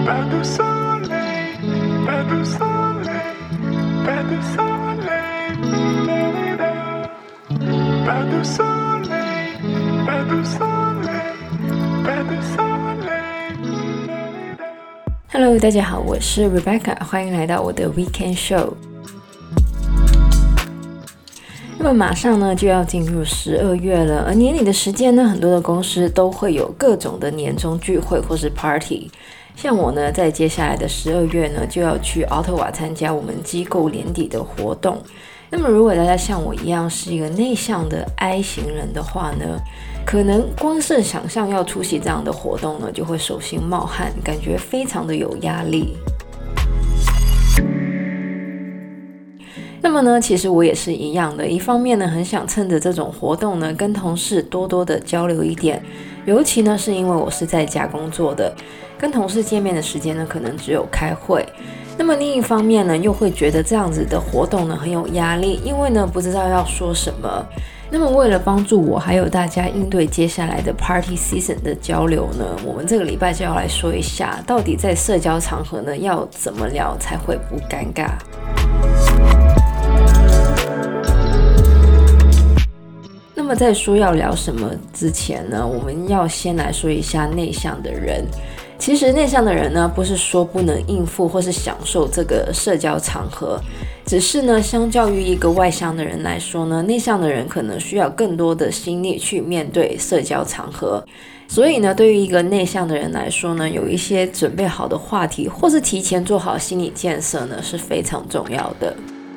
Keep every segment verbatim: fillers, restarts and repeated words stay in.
Pas de soleil, pas de soleil, pas de soleil, pas de soleil, pas de soleil, pas de soleil. Hello， 大家好，我是 Rebecca， 欢迎来到我的 Weekend Show。那么马上呢就要进入十二月了，而年底的时间呢，很多的公司都会有各种的年终聚会或是 party。像我呢，在接下来的十二月呢，就要去奥特瓦参加我们机构年底的活动。那么如果大家像我一样是一个内向的 I 型人的话呢，可能光是想象要出席这样的活动呢，就会手心冒汗，感觉非常的有压力。那么呢，其实我也是一样的，一方面呢，很想趁着这种活动呢，跟同事多多的交流一点，尤其呢，是因为我是在家工作的，跟同事见面的时间呢，可能只有开会。那么另一方面呢，又会觉得这样子的活动呢，很有压力，因为呢，不知道要说什么。那么为了帮助我还有大家应对接下来的 Party Season 的交流呢，我们这个礼拜就要来说一下，到底在社交场合呢，要怎么聊才会不尴尬。那么在说要聊什么之前呢，我们要先来说一下内向的人。其实内向的人呢，不是说不能应付或是享受这个社交场合，只是呢，相较于一个外向的人来说呢，内向的人可能需要更多的心力去面对社交场合。所以呢，对于一个内向的人来说呢，有一些准备好的话题或是提前做好心理建设呢，是非常重要的。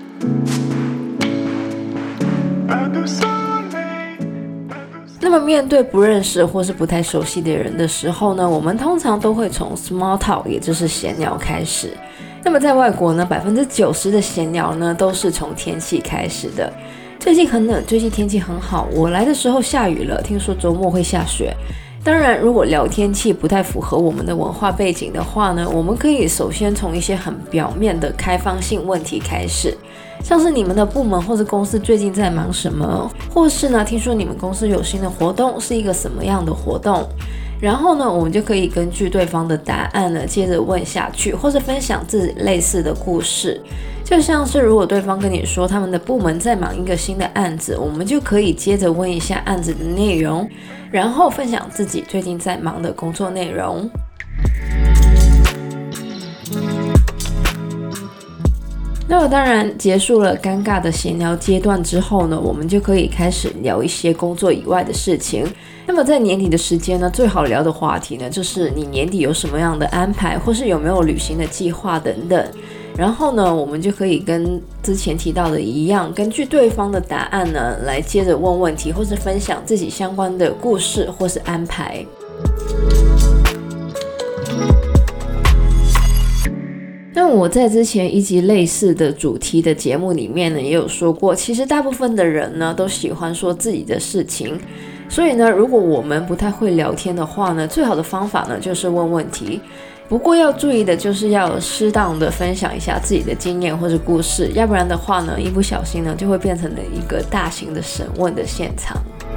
那么面对不认识或是不太熟悉的人的时候呢，我们通常都会从 small talk， 也就是闲聊开始。那么在外国呢， 百分之九十 的闲聊呢都是从天气开始的。最近很冷，最近天气很好，我来的时候下雨了，听说周末会下雪。当然，如果聊天气不太符合我们的文化背景的话呢，我们可以首先从一些很表面的开放性问题开始，像是你们的部门或是公司最近在忙什么，或是呢，听说你们公司有新的活动，是一个什么样的活动。然后呢，我们就可以根据对方的答案呢，接着问下去，或是分享自己类似的故事。就像是如果对方跟你说他们的部门在忙一个新的案子，我们就可以接着问一下案子的内容，然后分享自己最近在忙的工作内容。那么当然结束了尴尬的闲聊阶段之后呢，我们就可以开始聊一些工作以外的事情。那么在年底的时间呢，最好聊的话题呢，就是你年底有什么样的安排，或是有没有旅行的计划等等。然后呢，我们就可以跟之前提到的一样，根据对方的答案呢，来接着问问题，或是分享自己相关的故事或是安排。那我在之前一集类似的主题的节目里面呢，也有说过，其实大部分的人呢，都喜欢说自己的事情。所以呢，如果我们不太会聊天的话呢，最好的方法呢，就是问问题。不过要注意的就是要适当的分享一下自己的经验或者故事，要不然的话呢，一不小心呢，就会变成了一个大型的审问的现场。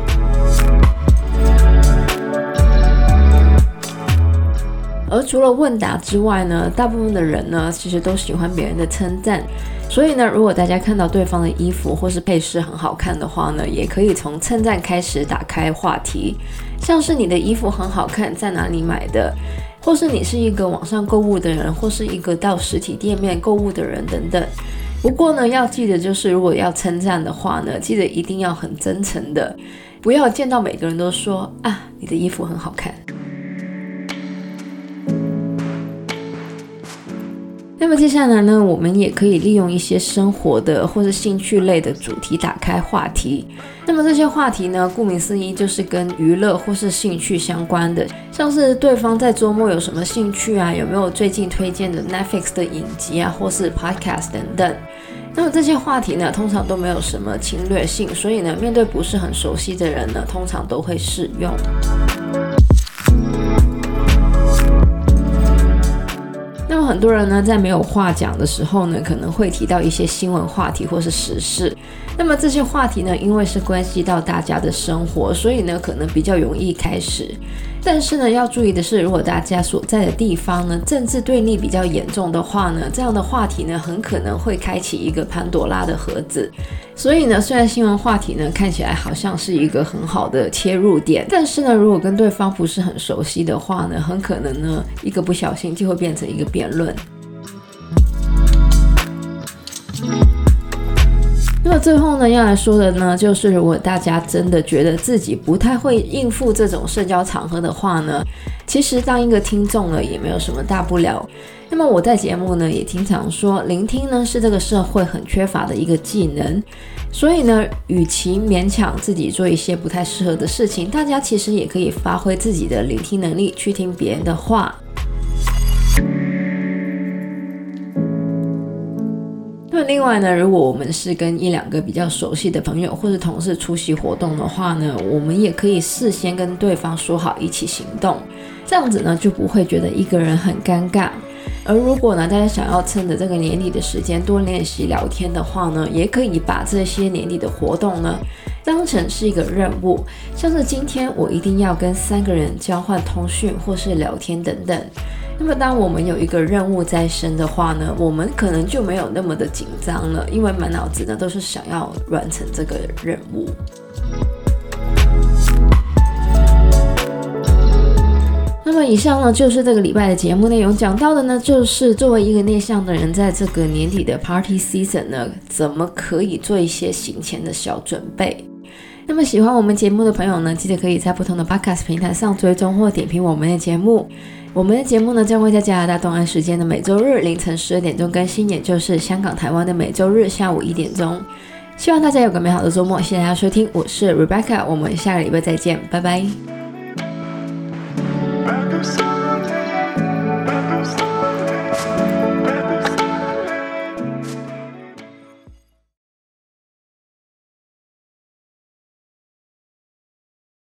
而除了问答之外呢，大部分的人呢，其实都喜欢别人的称赞。所以呢，如果大家看到对方的衣服或是配饰很好看的话呢，也可以从称赞开始打开话题，像是你的衣服很好看，在哪里买的，或是你是一个网上购物的人，或是一个到实体店面购物的人等等。不过呢，要记得就是如果要称赞的话呢，记得一定要很真诚的，不要见到每个人都说啊，你的衣服很好看。那么接下来呢，我们也可以利用一些生活的或是兴趣类的主题打开话题。那么这些话题呢，顾名思义就是跟娱乐或是兴趣相关的，像是对方在周末有什么兴趣啊，有没有最近推荐的 Netflix 的影集啊，或是 Podcast 等等。那么这些话题呢，通常都没有什么侵略性，所以呢，面对不是很熟悉的人呢，通常都会适用。那么很多人呢，在没有话讲的时候呢，可能会提到一些新闻话题或是时事。那么这些话题呢，因为是关系到大家的生活，所以呢，可能比较容易开始。 但是呢，要注意的是，如果大家所在的地方呢政治对立比较严重的话呢，这样的话题呢很可能会开启一个潘多拉的盒子。所以呢，虽然新闻话题呢看起来好像是一个很好的切入点，但是呢，如果跟对方不是很熟悉的话呢，很可能呢一个不小心就会变成一个辩论。那么最后呢，要来说的呢，就是如果大家真的觉得自己不太会应付这种社交场合的话呢，其实当一个听众呢也没有什么大不了。那么我在节目呢也经常说，聆听呢是这个社会很缺乏的一个技能，所以呢，与其勉强自己做一些不太适合的事情，大家其实也可以发挥自己的聆听能力，去听别人的话。那么另外呢，如果我们是跟一两个比较熟悉的朋友或是同事出席活动的话呢，我们也可以事先跟对方说好一起行动，这样子呢就不会觉得一个人很尴尬。而如果呢大家想要趁着这个年底的时间多练习聊天的话呢，也可以把这些年底的活动呢当成是一个任务，像是今天我一定要跟三个人交换通讯或是聊天等等。那么当我们有一个任务在身的话呢，我们可能就没有那么的紧张了，因为满脑子呢都是想要完成这个任务。那么以上呢就是这个礼拜的节目内容，讲到的呢就是作为一个内向的人，在这个年底的 Party Season 呢，怎么可以做一些行前的小准备。那么喜欢我们节目的朋友呢，记得可以在不同的 Podcast 平台上追踪或点评我们的节目。我们的节目呢将会在加拿大东岸时间的每周日凌晨十二点钟更新，也就是香港台湾的每周日下午一点钟。希望大家有个美好的周末，谢谢大家收听，我是 Rebecca， 我们下个礼拜再见，拜拜。